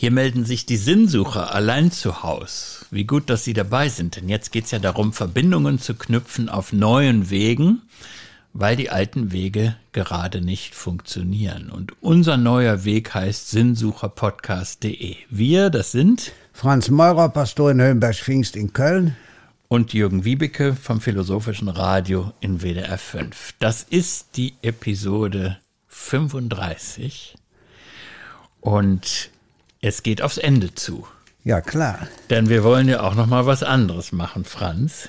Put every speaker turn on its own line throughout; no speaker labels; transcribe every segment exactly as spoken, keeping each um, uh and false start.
Hier melden sich die Sinnsucher allein zu Haus. Wie gut, dass Sie dabei sind, denn jetzt geht es ja darum, Verbindungen zu knüpfen auf neuen Wegen, weil die alten Wege gerade nicht funktionieren. Und unser neuer Weg heißt sinnsucherpodcast punkt de. Wir, das sind
Franz Meurer, Pastor in Höhenberg-Pfingst in Köln.
Und Jürgen Wiebeke vom Philosophischen Radio in W D R fünf. Das ist die Episode fünfunddreißig und es geht aufs Ende zu.
Ja, klar.
Denn wir wollen ja auch noch mal was anderes machen, Franz.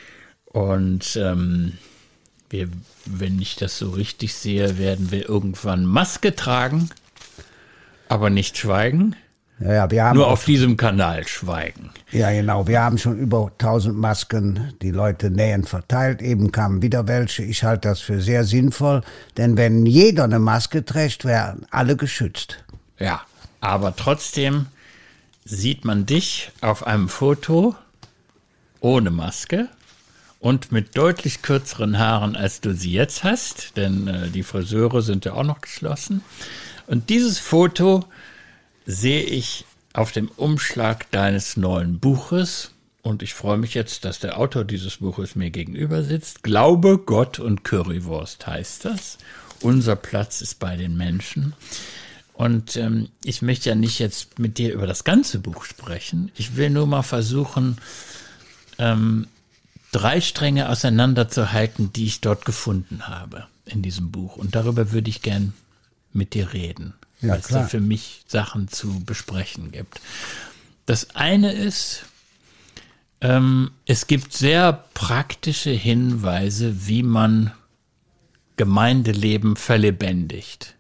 Und ähm, wir, wenn ich das so richtig sehe, werden wir irgendwann Maske tragen, aber nicht schweigen.
Ja, ja, wir haben
Nur auf diesem Kanal schweigen.
Ja, genau. Wir haben schon über tausend Masken, die Leute nähen, verteilt. Eben kamen wieder welche. Ich halte das für sehr sinnvoll, denn wenn jeder eine Maske trägt, wären alle geschützt.
Ja, aber trotzdem sieht man dich auf einem Foto ohne Maske und mit deutlich kürzeren Haaren, als du sie jetzt hast, denn äh, die Friseure sind ja auch noch geschlossen. Und dieses Foto sehe ich auf dem Umschlag deines neuen Buches und ich freue mich jetzt, dass der Autor dieses Buches mir gegenüber sitzt. Glaube, Gott und Currywurst heißt das. Unser Platz ist bei den Menschen. Und ähm, ich möchte ja nicht jetzt mit dir über das ganze Buch sprechen. Ich will nur mal versuchen, ähm, drei Stränge auseinanderzuhalten, die ich dort gefunden habe in diesem Buch. Und darüber würde ich gern mit dir reden.
Ja,
weil es
klar.
da für mich Sachen zu besprechen gibt. Das eine ist, ähm, es gibt sehr praktische Hinweise, wie man Gemeindeleben verlebendigt.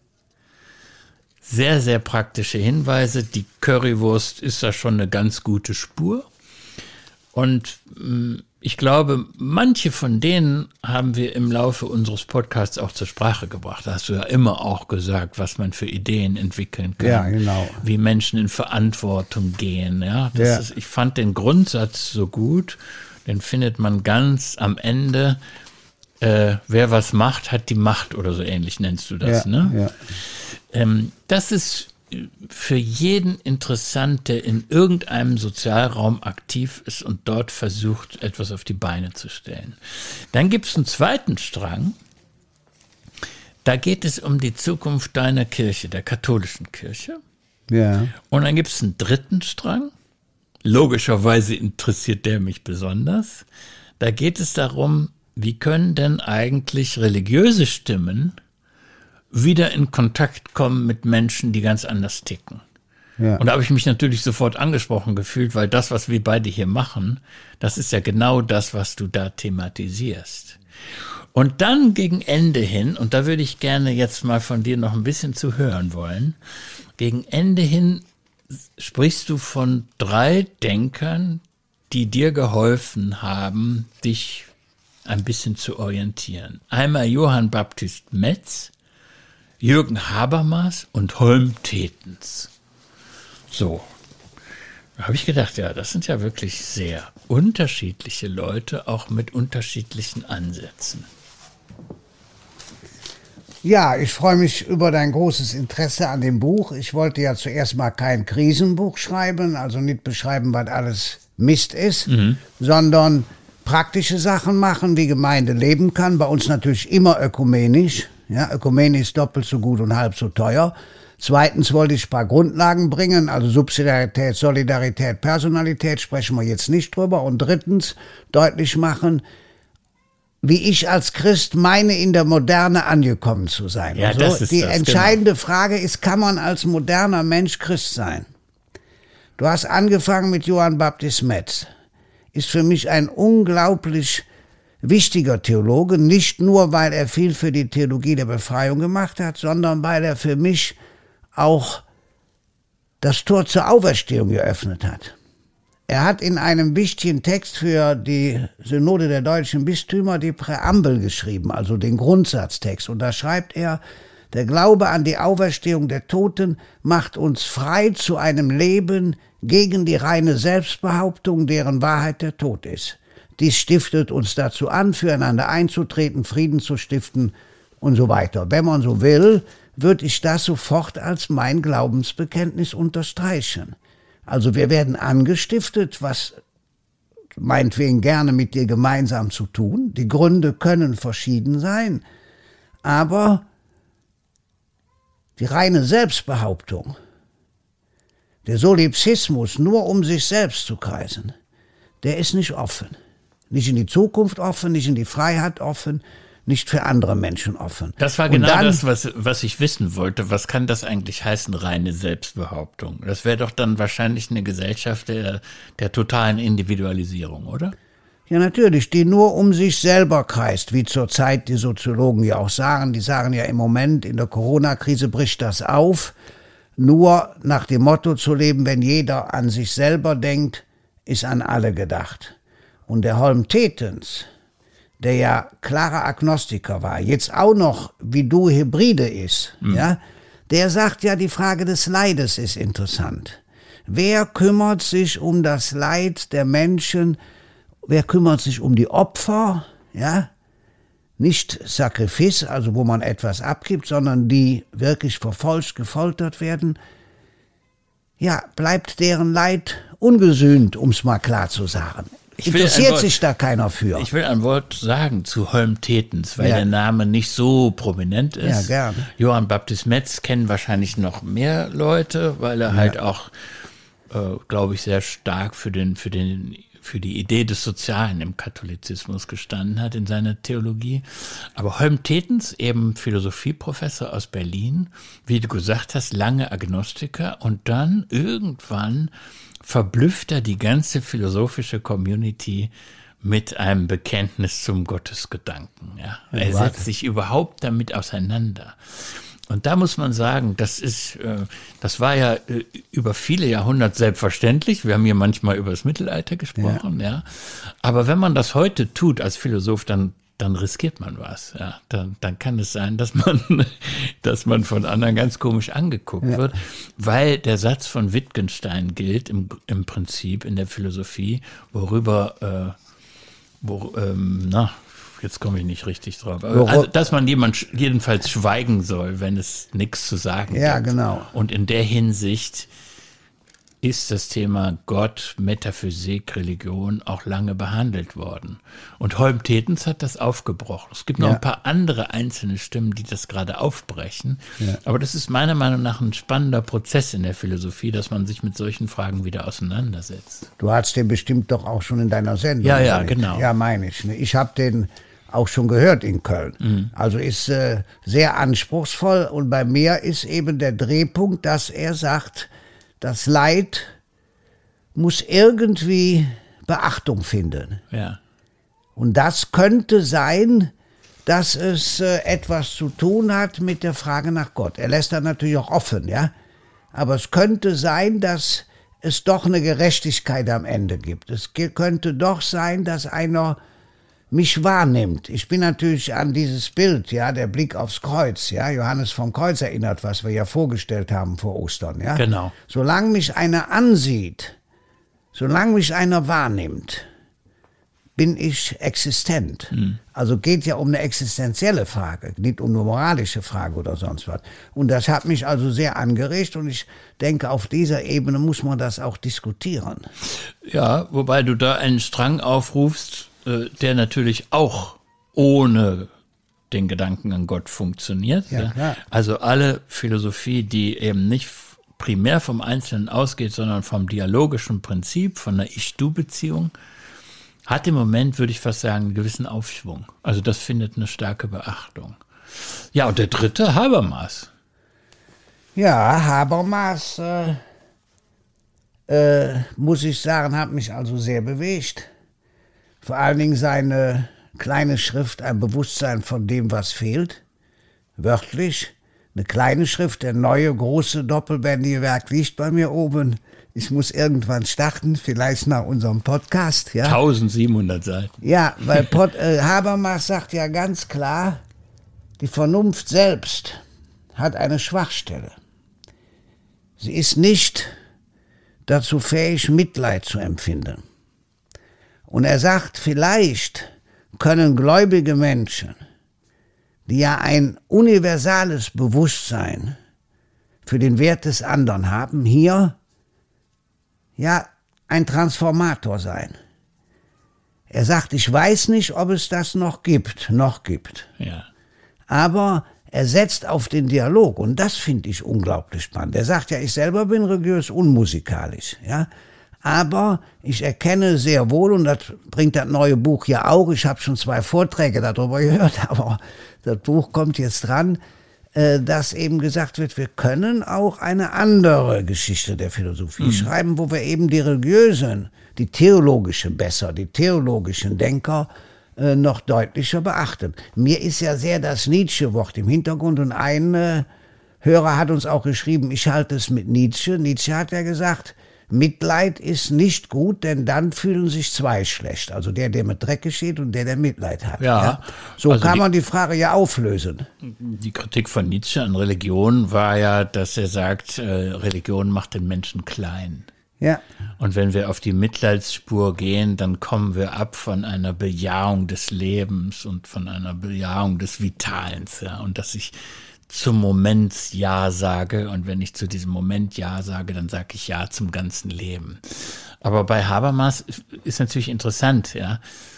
Sehr, sehr praktische Hinweise. Die Currywurst ist da schon eine ganz gute Spur. Und mh, ich glaube, manche von denen haben wir im Laufe unseres Podcasts auch zur Sprache gebracht. Da hast du ja immer auch gesagt, was man für Ideen entwickeln kann.
Ja, genau.
Wie Menschen in Verantwortung gehen. Ja, das
Ja.
ist, ich fand den Grundsatz so gut. Den findet man ganz am Ende. Äh, wer was macht, hat die Macht oder so ähnlich nennst du das,
Ja,
ne?
ja.
Ähm, das ist für jeden interessant, der in irgendeinem Sozialraum aktiv ist und dort versucht, etwas auf die Beine zu stellen. Dann gibt es einen zweiten Strang. Da geht es um die Zukunft deiner Kirche, der katholischen Kirche.
Ja.
Und dann gibt es einen dritten Strang. Logischerweise interessiert der mich besonders. Da geht es darum, wie können denn eigentlich religiöse Stimmen wieder in Kontakt kommen mit Menschen, die ganz anders ticken.
Ja.
Und da habe ich mich natürlich sofort angesprochen gefühlt, weil das, was wir beide hier machen, das ist ja genau das, was du da thematisierst. Und dann gegen Ende hin, und da würde ich gerne jetzt mal von dir noch ein bisschen zu hören wollen, gegen Ende hin sprichst du von drei Denkern, die dir geholfen haben, dich ein bisschen zu orientieren. Einmal Johann Baptist Metz, Jürgen Habermas und Holm Tetens. So, da habe ich gedacht, ja, das sind ja wirklich sehr unterschiedliche Leute, auch mit unterschiedlichen Ansätzen.
Ja, ich freue mich über dein großes Interesse an dem Buch. Ich wollte ja zuerst mal kein Krisenbuch schreiben, also nicht beschreiben, was alles Mist ist, mhm. sondern praktische Sachen machen, wie Gemeinde leben kann. Bei uns natürlich immer ökumenisch. Ja, Ökumene ist doppelt so gut und halb so teuer. Zweitens wollte ich ein paar Grundlagen bringen, also Subsidiarität, Solidarität, Personalität, sprechen wir jetzt nicht drüber. Und drittens deutlich machen, wie ich als Christ meine, in der Moderne angekommen zu sein.
Ja,
also
das ist
die
das,
entscheidende
genau.
Frage ist, kann man als moderner Mensch Christ sein? Du hast angefangen mit Johann Baptist Metz. Ist für mich ein unglaublich wichtiger Theologe, nicht nur, weil er viel für die Theologie der Befreiung gemacht hat, sondern weil er für mich auch das Tor zur Auferstehung geöffnet hat. Er hat in einem wichtigen Text für die Synode der deutschen Bistümer die Präambel geschrieben, also den Grundsatztext. Und da schreibt er, der Glaube an die Auferstehung der Toten macht uns frei zu einem Leben gegen die reine Selbstbehauptung, deren Wahrheit der Tod ist. Dies stiftet uns dazu an, füreinander einzutreten, Frieden zu stiften und so weiter. Wenn man so will, würde ich das sofort als mein Glaubensbekenntnis unterstreichen. Also wir werden angestiftet, was meinetwegen gerne mit dir gemeinsam zu tun. Die Gründe können verschieden sein, aber die reine Selbstbehauptung, der Solipsismus, nur um sich selbst zu kreisen, der ist nicht offen. Nicht in die Zukunft offen, nicht in die Freiheit offen, nicht für andere Menschen offen.
Das war genau dann, das, was, was ich wissen wollte. Was kann das eigentlich heißen, reine Selbstbehauptung? Das wäre doch dann wahrscheinlich eine Gesellschaft der, der totalen Individualisierung, oder?
Ja, natürlich, die nur um sich selber kreist, wie zurzeit die Soziologen ja auch sagen. Die sagen ja im Moment, in der Corona-Krise bricht das auf. Nur nach dem Motto zu leben, wenn jeder an sich selber denkt, ist an alle gedacht. Und der Holm Tetens, der ja klarer Agnostiker war, jetzt auch noch, wie du, Hybride ist, mhm. ja, der sagt ja, die Frage des Leides ist interessant. Wer kümmert sich um das Leid der Menschen? Wer kümmert sich um die Opfer? Ja, nicht Sakrifice, also wo man etwas abgibt, sondern die wirklich verfolgt, gefoltert werden. Ja, bleibt deren Leid ungesühnt, um es mal klar zu sagen. Interessiert sich da keiner für.
Ich will ein Wort sagen zu Holm Tetens, weil ja. der Name nicht so prominent ist.
Ja, gerne.
Johann Baptist Metz kennen wahrscheinlich noch mehr Leute, weil er ja. halt auch, äh, glaube ich, sehr stark für den, für den, für die Idee des Sozialen im Katholizismus gestanden hat in seiner Theologie. Aber Holm Tetens, eben Philosophieprofessor aus Berlin, wie du gesagt hast, lange Agnostiker und dann irgendwann verblüfft er die ganze philosophische Community mit einem Bekenntnis zum Gottesgedanken. Ja. Er setzt sich überhaupt damit auseinander. Und da muss man sagen, das ist, das war ja über viele Jahrhunderte selbstverständlich. Wir haben hier manchmal über das Mittelalter gesprochen, ja. ja. Aber wenn man das heute tut als Philosoph, dann dann riskiert man was. Ja, dann, dann kann es sein, dass man, dass man von anderen ganz komisch angeguckt ja. wird, weil der Satz von Wittgenstein gilt im, im Prinzip in der Philosophie, worüber, äh, wo, ähm, na, jetzt komme ich nicht richtig drauf, aber, also, dass man jemand jedenfalls schweigen soll, wenn es nichts zu sagen
ja,
gibt.
Ja, genau.
Und in der Hinsicht ist das Thema Gott, Metaphysik, Religion auch lange behandelt worden. Und Holm Tetens hat das aufgebrochen. Es gibt noch ja. ein paar andere einzelne Stimmen, die das gerade aufbrechen. Ja. Aber das ist meiner Meinung nach ein spannender Prozess in der Philosophie, dass man sich mit solchen Fragen wieder auseinandersetzt.
Du hast den bestimmt doch auch schon in deiner Sendung.
Ja, ja, genau.
Ja, meine ich. Ich habe den auch schon gehört in Köln. Mhm. Also ist äh, sehr anspruchsvoll. Und bei mir ist eben der Drehpunkt, dass er sagt, das Leid muss irgendwie Beachtung finden.
Ja.
Und das könnte sein, dass es äh, etwas zu tun hat mit der Frage nach Gott. Er lässt das natürlich auch offen, ja. Aber es könnte sein, dass es doch eine Gerechtigkeit am Ende gibt. Es ge- könnte doch sein, dass einer mich wahrnimmt. Ich bin natürlich an dieses Bild, ja, der Blick aufs Kreuz, ja, Johannes vom Kreuz erinnert, was wir ja vorgestellt haben vor Ostern, ja.
Genau.
Solange mich einer ansieht, solange mich einer wahrnimmt, bin ich existent. Mhm. Also geht ja um eine existenzielle Frage, nicht um eine moralische Frage oder sonst was. Und das hat mich also sehr angeregt und ich denke, auf dieser Ebene muss man das auch diskutieren.
Ja, wobei du da einen Strang aufrufst, der natürlich auch ohne den Gedanken an Gott funktioniert.
Ja, klar.
Also alle Philosophie, die eben nicht primär vom Einzelnen ausgeht, sondern vom dialogischen Prinzip, von einer Ich-Du-Beziehung, hat im Moment, würde ich fast sagen, einen gewissen Aufschwung. Also das findet eine starke Beachtung. Ja, und der dritte, Habermas.
Ja, Habermas, äh, äh, muss ich sagen, hat mich also sehr bewegt. Vor allen Dingen seine kleine Schrift, ein Bewusstsein von dem, was fehlt. Wörtlich, eine kleine Schrift, der neue, große, doppelbändige Werk liegt bei mir oben. Ich muss irgendwann starten, vielleicht nach unserem Podcast. Ja?
tausendsiebenhundert Seiten.
Ja, weil Pod, äh, Habermas sagt ja ganz klar, die Vernunft selbst hat eine Schwachstelle. Sie ist nicht dazu fähig, Mitleid zu empfinden. Und er sagt, vielleicht können gläubige Menschen die ja ein universales Bewusstsein für den Wert des anderen haben, hier ja ein Transformator sein. Er sagt, ich weiß nicht, ob es das noch gibt, noch gibt.
Ja.
Aber er setzt auf den Dialog und das finde ich unglaublich spannend. Er sagt ja, ich selber bin religiös unmusikalisch, ja. Aber ich erkenne sehr wohl, und das bringt das neue Buch ja auch, ich habe schon zwei Vorträge darüber gehört, aber das Buch kommt jetzt dran, äh, dass eben gesagt wird, wir können auch eine andere Geschichte der Philosophie mhm. schreiben, wo wir eben die religiösen, die theologischen besser, die theologischen Denker äh, noch deutlicher beachten. Mir ist ja sehr das Nietzsche-Wort im Hintergrund und ein äh, Hörer hat uns auch geschrieben, ich halte es mit Nietzsche. Nietzsche hat ja gesagt, Mitleid ist nicht gut, denn dann fühlen sich zwei schlecht. Also der, der mit Dreck geschieht und der, der Mitleid hat.
Ja,
ja. So
also
kann
die,
man die Frage ja auflösen.
Die Kritik von Nietzsche an Religion war ja, dass er sagt, äh, Religion macht den Menschen klein.
Ja.
Und wenn wir auf die Mitleidsspur gehen, dann kommen wir ab von einer Bejahung des Lebens und von einer Bejahung des Vitalens. Ja? Und dass ich zum Moment Ja sage und wenn ich zu diesem Moment Ja sage, dann sage ich Ja zum ganzen Leben. Aber bei Habermas ist natürlich interessant, ja,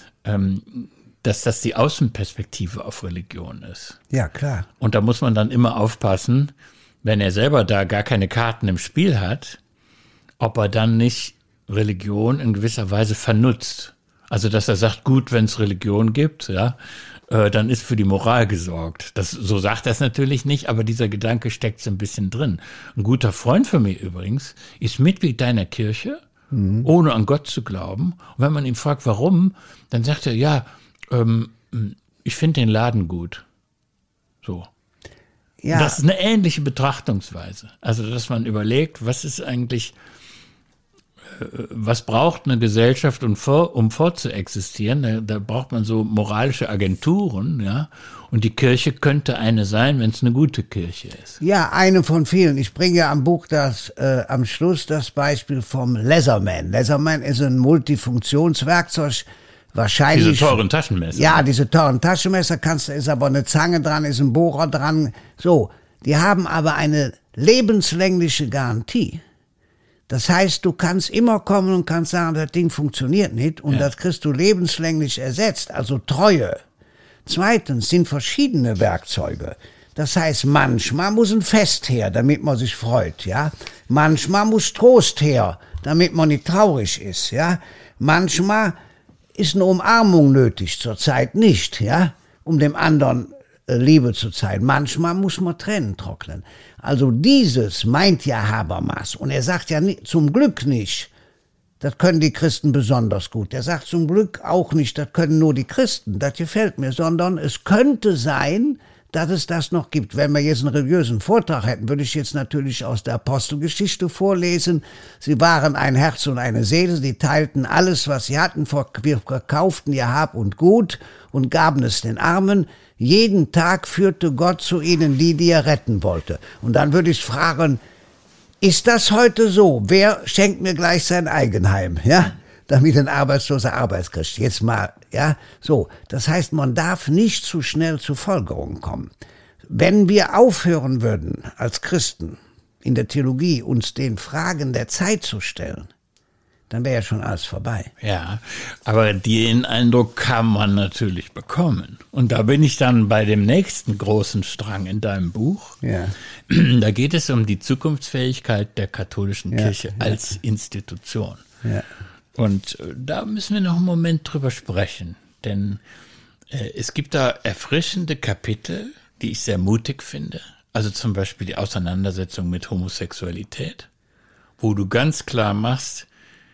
dass das die Außenperspektive auf Religion ist.
Ja, klar.
Und da muss man dann immer aufpassen, wenn er selber da gar keine Karten im Spiel hat, ob er dann nicht Religion in gewisser Weise vernutzt. Also dass er sagt, gut, wenn es Religion gibt, ja, dann ist für die Moral gesorgt. Das, so sagt er es natürlich nicht, aber dieser Gedanke steckt so ein bisschen drin. Ein guter Freund von mir übrigens ist Mitglied deiner Kirche, mhm. ohne an Gott zu glauben. Und wenn man ihn fragt, warum, dann sagt er, ja, ähm, ich finde den Laden gut. So. Ja. Das ist eine ähnliche Betrachtungsweise. Also, dass man überlegt, was ist eigentlich, was braucht eine Gesellschaft, um, vor, um fortzuexistieren? Da, da braucht man so moralische Agenturen, ja. Und die Kirche könnte eine sein, wenn es eine gute Kirche ist.
Ja, eine von vielen. Ich bringe ja am Buch das, äh, am Schluss das Beispiel vom Leatherman. Leatherman ist ein Multifunktionswerkzeug, wahrscheinlich.
Diese teuren Taschenmesser.
Ja, diese teuren Taschenmesser kannst du, ist aber eine Zange dran, ist ein Bohrer dran. So. Die haben aber eine lebenslängliche Garantie. Das heißt, du kannst immer kommen und kannst sagen, das Ding funktioniert nicht und ja. das kriegst du lebenslänglich ersetzt, also Treue. Zweitens sind verschiedene Werkzeuge. Das heißt, manchmal muss ein Fest her, damit man sich freut, ja. Manchmal muss Trost her, damit man nicht traurig ist, ja. Manchmal ist eine Umarmung nötig, zurzeit nicht, ja, um dem anderen äh, Liebe zu zeigen. Manchmal muss man Tränen trocknen. Also dieses meint ja Habermas. Und er sagt ja nicht, zum Glück nicht, das können die Christen besonders gut. Er sagt zum Glück auch nicht, das können nur die Christen, das gefällt mir, sondern es könnte sein, dass es das noch gibt. Wenn wir jetzt einen religiösen Vortrag hätten, würde ich jetzt natürlich aus der Apostelgeschichte vorlesen. Sie waren ein Herz und eine Seele, sie teilten alles, was sie hatten, verkauften ihr Hab und Gut und gaben es den Armen. Jeden Tag führte Gott zu ihnen die, die er retten wollte. Und dann würde ich fragen, ist das heute so? Wer schenkt mir gleich sein Eigenheim, ja? Damit ein Arbeitsloser Arbeit kriegt. Jetzt mal, ja? So. Das heißt, man darf nicht zu schnell zu Folgerungen kommen. Wenn wir aufhören würden, als Christen, in der Theologie, uns den Fragen der Zeit zu stellen, dann wäre ja schon alles vorbei.
Ja, aber den Eindruck kann man natürlich bekommen. Und da bin ich dann bei dem nächsten großen Strang in deinem Buch.
Ja.
Da geht es um die Zukunftsfähigkeit der katholischen ja, Kirche ja. als Institution.
Ja.
Und da müssen wir noch einen Moment drüber sprechen. Denn äh, es gibt da erfrischende Kapitel, die ich sehr mutig finde. Also zum Beispiel die Auseinandersetzung mit Homosexualität, wo du ganz klar machst,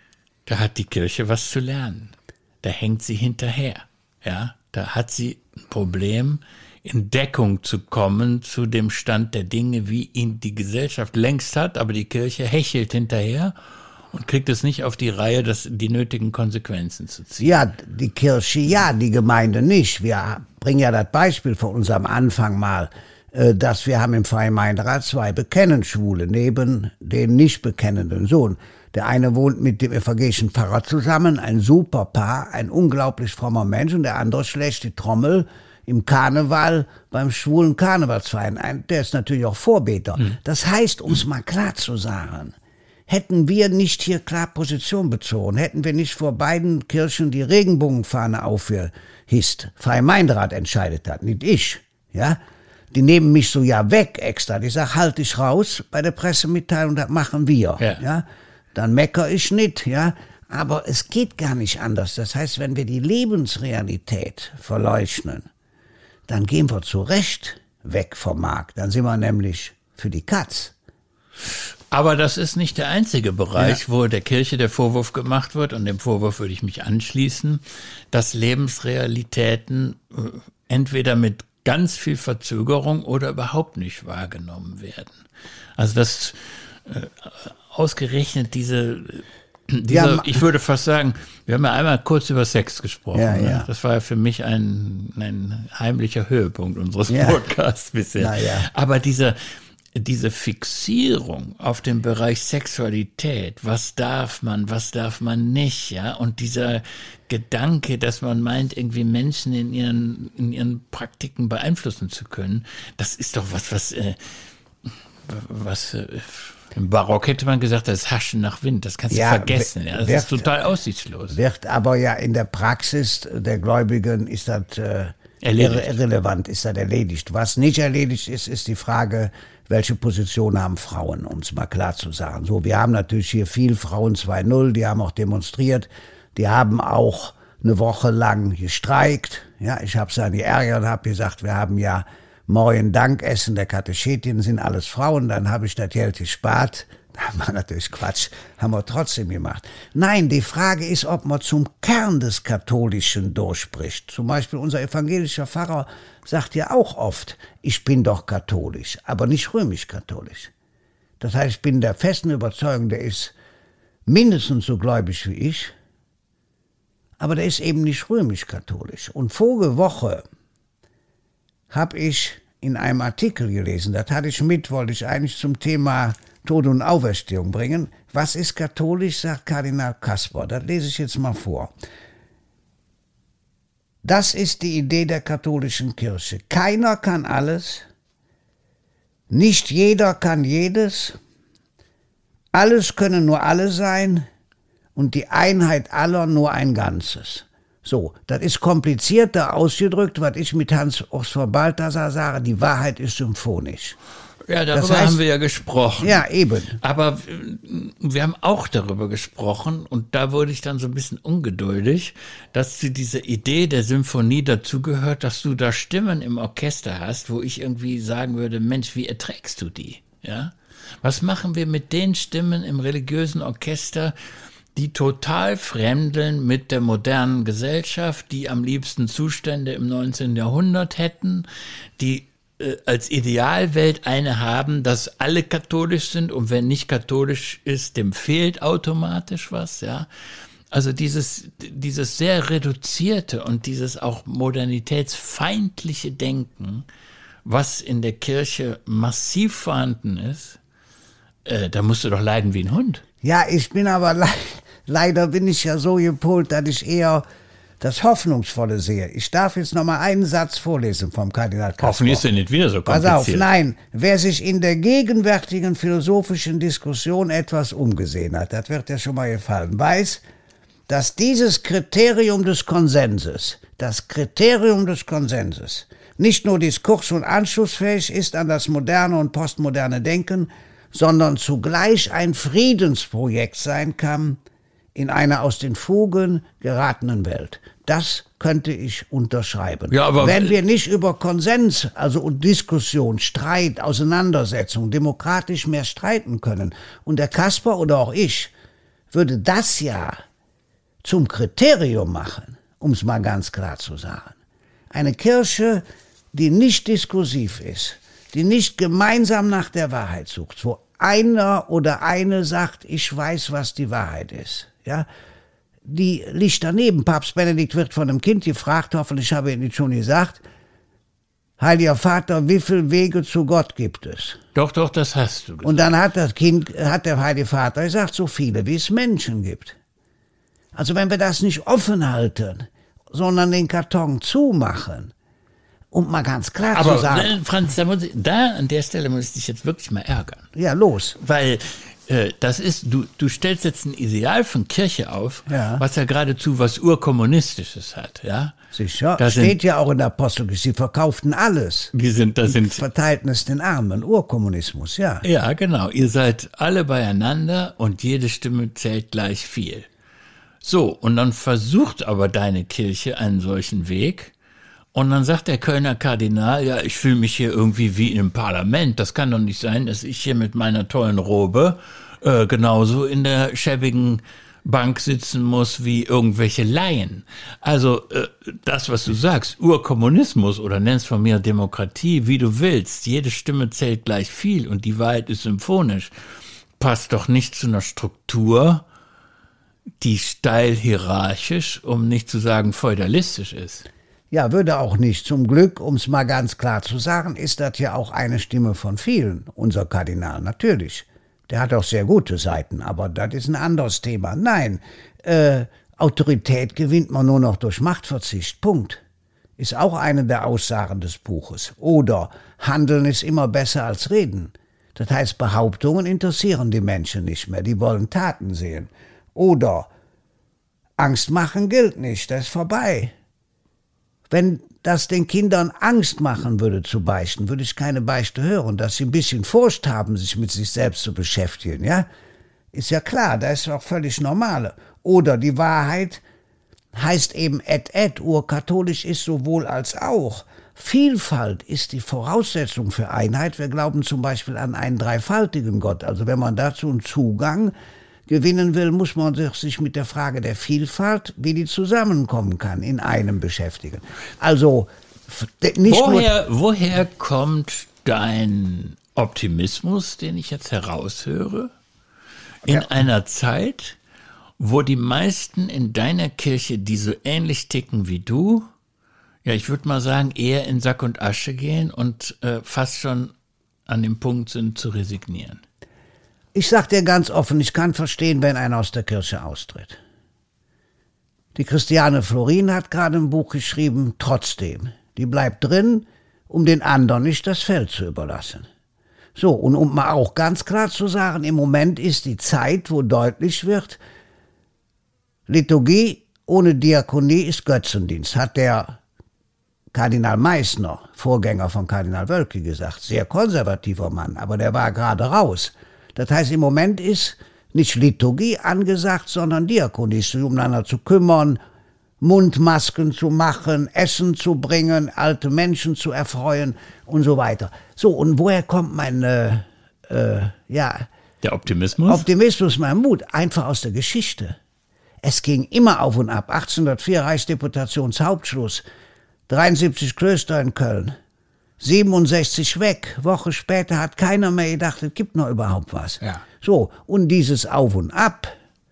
da hat die Kirche was zu lernen. Da hängt sie hinterher. Ja, da hat sie ein Problem, in Deckung zu kommen zu dem Stand der Dinge, wie ihn die Gesellschaft längst hat, aber die Kirche hechelt hinterher und kriegt es nicht auf die Reihe, das, die nötigen Konsequenzen zu ziehen.
Ja, die Kirche ja, die Gemeinde nicht. Wir bringen ja das Beispiel von unserem Anfang mal, dass wir haben im Freimeinderat zwei Bekennenschwule neben den nicht bekennenden Sohn. Der eine wohnt mit dem evangelischen Pfarrer zusammen, ein super Paar, ein unglaublich frommer Mensch, und der andere schlägt die Trommel im Karneval beim schwulen Karnevalsverein. Ein, der ist natürlich auch Vorbeter. Mhm. Das heißt, um es mal klar zu sagen, hätten wir nicht hier klar Position bezogen, hätten wir nicht vor beiden Kirchen die Regenbogenfahne aufgehisst, Freimeinderat entscheidet hat, nicht ich, ja. Die nehmen mich so ja weg extra. Die sagen, halt dich raus bei der Pressemitteilung, das machen wir. Ja. Ja? Dann meckere ich nicht, ja. Aber es geht gar nicht anders. Das heißt, wenn wir die Lebensrealität verleugnen, dann gehen wir zu Recht weg vom Markt. Dann sind wir nämlich für die Katz.
Aber das ist nicht der einzige Bereich, ja, wo der Kirche der Vorwurf gemacht wird, und dem Vorwurf würde ich mich anschließen, dass Lebensrealitäten entweder mit ganz viel Verzögerung oder überhaupt nicht wahrgenommen werden. Also dass äh, ausgerechnet diese, diese ja, ich würde fast sagen, wir haben ja einmal kurz über Sex gesprochen. Ja, ne? Ja. Das war ja für mich ein, ein heimlicher Höhepunkt unseres ja. Podcasts bisher. Ja. Aber diese Diese Fixierung auf den Bereich Sexualität, was darf man, was darf man nicht, ja, und dieser Gedanke, dass man meint, irgendwie Menschen in ihren, in ihren Praktiken beeinflussen zu können, das ist doch was, was, äh, was, äh, im Barock hätte man gesagt, das ist Haschen nach Wind, das kannst du ja vergessen, ja, das wird, ist total aussichtslos.
Wird aber ja in der Praxis der Gläubigen ist das, äh, irre, irrelevant, ist das erledigt. Was nicht erledigt ist, ist die Frage, welche Position haben Frauen, um es mal klar zu sagen. So, wir haben natürlich hier viel Frauen zwei null, die haben auch demonstriert, die haben auch eine Woche lang gestreikt. Ja, ich habe es an die Ärger und habe gesagt, wir haben ja morgen Dankessen der Katechetinnen, sind alles Frauen, dann habe ich das Geld gespart. Das war natürlich Quatsch, haben wir trotzdem gemacht. Nein, die Frage ist, ob man zum Kern des Katholischen durchspricht. Zum Beispiel unser evangelischer Pfarrer sagt ja auch oft, ich bin doch katholisch, aber nicht römisch-katholisch. Das heißt, ich bin der festen Überzeugung, der ist mindestens so gläubig wie ich, aber der ist eben nicht römisch-katholisch. Und vorige Woche habe ich in einem Artikel gelesen, das hatte ich mit, wollte ich eigentlich zum Thema Tod und Auferstehung bringen. Was ist katholisch, sagt Kardinal Kasper. Das lese ich jetzt mal vor. Das ist die Idee der katholischen Kirche. Keiner kann alles, nicht jeder kann jedes, alles können nur alle sein und die Einheit aller nur ein Ganzes. So, das ist komplizierter ausgedrückt, was ich mit Hans-Urs von Balthasar sage, die Wahrheit ist symphonisch.
Ja, darüber das heißt, haben wir ja gesprochen.
Ja, eben.
Aber wir haben auch darüber gesprochen, und da wurde ich dann so ein bisschen ungeduldig, dass zu dieser Idee der Symphonie dazugehört, dass du da Stimmen im Orchester hast, wo ich irgendwie sagen würde, Mensch, wie erträgst du die? Ja? Was machen wir mit den Stimmen im religiösen Orchester, die total fremdeln mit der modernen Gesellschaft, die am liebsten Zustände im neunzehnten Jahrhundert hätten, die als Idealwelt eine haben, dass alle katholisch sind, und wer nicht katholisch ist, dem fehlt automatisch was, ja. Also dieses, dieses sehr reduzierte und dieses auch modernitätsfeindliche Denken, was in der Kirche massiv vorhanden ist, äh, da musst du doch leiden wie ein Hund.
Ja, ich bin aber le- leider bin ich ja so gepolt, dass ich eher das Hoffnungsvolle sehe. Ich darf jetzt noch mal einen Satz vorlesen vom Kardinal Kasper.
Hoffentlich ist er nicht wieder so kompliziert.
Pass auf, nein. Wer sich in der gegenwärtigen philosophischen Diskussion etwas umgesehen hat, das wird ja schon mal gefallen, weiß, dass dieses Kriterium des Konsenses, das Kriterium des Konsenses, nicht nur diskurs- und anschlussfähig ist an das moderne und postmoderne Denken, sondern zugleich ein Friedensprojekt sein kann, in einer aus den Fugen geratenen Welt. Das könnte ich unterschreiben. Ja, aber wenn wir nicht über Konsens, also Diskussion, Streit, Auseinandersetzung demokratisch mehr streiten können, und der Kasper oder auch ich würde das ja zum Kriterium machen, um es mal ganz klar zu sagen. Eine Kirche, die nicht diskursiv ist, die nicht gemeinsam nach der Wahrheit sucht, wo einer oder eine sagt, ich weiß, was die Wahrheit ist. Ja, die liegt daneben. Papst Benedikt wird von einem Kind gefragt, hoffentlich habe ich nicht schon gesagt, Heiliger Vater, wie viele Wege zu Gott gibt es?
Doch, doch, das hast du gesagt.
Und dann hat das Kind, hat der Heilige Vater gesagt, so viele, wie es Menschen gibt. Also wenn wir das nicht offen halten, sondern den Karton zumachen, um mal ganz klar
Aber
zu sagen.
äh, Franz, da, muss ich, da an der Stelle muss ich dich jetzt wirklich mal ärgern.
Ja, los.
Weil äh, das ist, du, du stellst jetzt ein Ideal von Kirche auf,
Ja.
was ja geradezu was Urkommunistisches hat, ja?
Sicher.
Da
Steht
sind,
ja auch in der Apostelgeschichte, sie verkauften alles.
die sind, da sind,
Verteilten es den Armen. Urkommunismus, ja.
ja, genau. Ihr seid alle beieinander und jede Stimme zählt gleich viel. So, und dann versucht aber deine Kirche einen solchen Weg. Und dann sagt der Kölner Kardinal, ja, ich fühle mich hier irgendwie wie im Parlament. Das kann doch nicht sein, dass ich hier mit meiner tollen Robe äh, genauso in der schäbigen Bank sitzen muss wie irgendwelche Laien. Also äh, das, was du sagst, Urkommunismus oder nennst von mir Demokratie, wie du willst, jede Stimme zählt gleich viel und die Wahrheit ist symphonisch, passt doch nicht zu einer Struktur, die steil hierarchisch, um nicht zu sagen feudalistisch ist.
Ja, würde auch nicht. Zum Glück, um es mal ganz klar zu sagen, ist das ja auch eine Stimme von vielen, unser Kardinal, natürlich. Der hat auch sehr gute Seiten, aber das ist ein anderes Thema. Nein, äh, Autorität gewinnt man nur noch durch Machtverzicht, Punkt. Ist auch eine der Aussagen des Buches. Oder Handeln ist immer besser als Reden. Das heißt, Behauptungen interessieren die Menschen nicht mehr, die wollen Taten sehen. Oder Angst machen gilt nicht, das ist vorbei. Wenn das den Kindern Angst machen würde zu beichten, würde ich keine Beichte hören. Dass sie ein bisschen Furcht haben, sich mit sich selbst zu beschäftigen, ja, ist ja klar, das ist auch völlig normal. Oder die Wahrheit heißt eben et et, urkatholisch ist sowohl als auch. Vielfalt ist die Voraussetzung für Einheit. Wir glauben zum Beispiel an einen dreifaltigen Gott. Also wenn man dazu einen Zugang gewinnen will, muss man sich mit der Frage der Vielfalt, wie die zusammenkommen kann, in einem beschäftigen. Also nicht
woher,
nur
woher kommt dein Optimismus, den ich jetzt heraushöre, in
Ja.
einer Zeit, wo die meisten in deiner Kirche, die so ähnlich ticken wie du, ja, ich würde mal sagen, eher in Sack und Asche gehen und äh, fast schon an dem Punkt sind, zu resignieren?
Ich sag dir ganz offen, ich kann verstehen, wenn einer aus der Kirche austritt. Die Christiane Florin hat gerade ein Buch geschrieben, trotzdem. Die bleibt drin, um den anderen nicht das Feld zu überlassen. So, und um mal auch ganz klar zu sagen, im Moment ist die Zeit, wo deutlich wird, Liturgie ohne Diakonie ist Götzendienst, hat der Kardinal Meissner, Vorgänger von Kardinal Wölki, gesagt. Sehr konservativer Mann, aber der war gerade raus. Das heißt, im Moment ist nicht Liturgie angesagt, sondern Diakonie, sich umeinander zu kümmern, Mundmasken zu machen, Essen zu bringen, alte Menschen zu erfreuen und so weiter. So, und woher kommt mein, äh, äh, ja,
Der Optimismus?
Optimismus, mein Mut? Einfach aus der Geschichte. Es ging immer auf und ab. achtzehnhundertvier Reichsdeputationshauptschluss, dreiundsiebzig Klöster in Köln. siebenundsechzig weg. Woche später hat keiner mehr gedacht, es gibt noch überhaupt was.
Ja.
So, und dieses Auf und Ab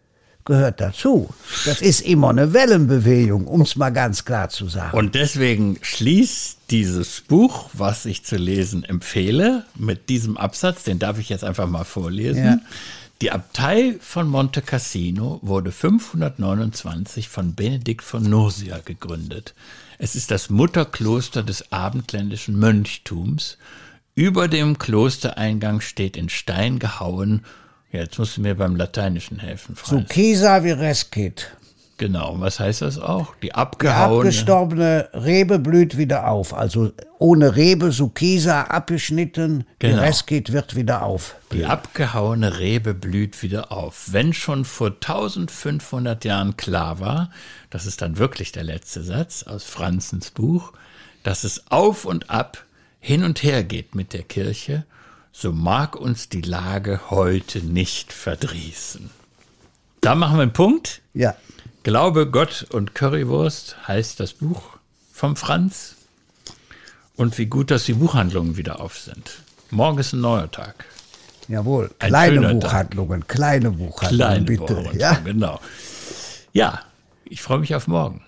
gehört dazu. Das ist immer eine Wellenbewegung, um es mal ganz klar zu sagen.
Und deswegen schließt dieses Buch, was ich zu lesen empfehle, mit diesem Absatz, den darf ich jetzt einfach mal vorlesen.
Ja.
Die Abtei von Monte Cassino wurde fünfhundertneunundzwanzig von Benedikt von Nursia gegründet. Es ist das Mutterkloster des abendländischen Mönchtums. Über dem Klostereingang steht in Stein gehauen, ja, jetzt musst du mir beim Lateinischen helfen, Franz.
Succisa virescit.
Genau, was heißt das auch? Die
Die
abgehauene...
abgestorbene Rebe blüht wieder auf. Also ohne Rebe, Succisa, abgeschnitten,
Genau.
virescit wird wieder auf.
Die abgehauene Rebe blüht wieder auf. Wenn schon vor eintausendfünfhundert Jahren klar war, das ist dann wirklich der letzte Satz aus Franzens Buch, dass es auf und ab, hin und her geht mit der Kirche, so mag uns die Lage heute nicht verdrießen. Da machen wir einen Punkt.
Ja.
Glaube, Gott und Currywurst heißt das Buch vom Franz. Und wie gut, dass die Buchhandlungen wieder auf sind. Morgen ist ein neuer Tag.
Jawohl,
Ein
kleine
schöner
Buchhandlungen, kleine Buchhandlungen,
Kleine
bitte.
Buchhandlungen,
Ja?
genau. Ja, ich freue mich auf morgen.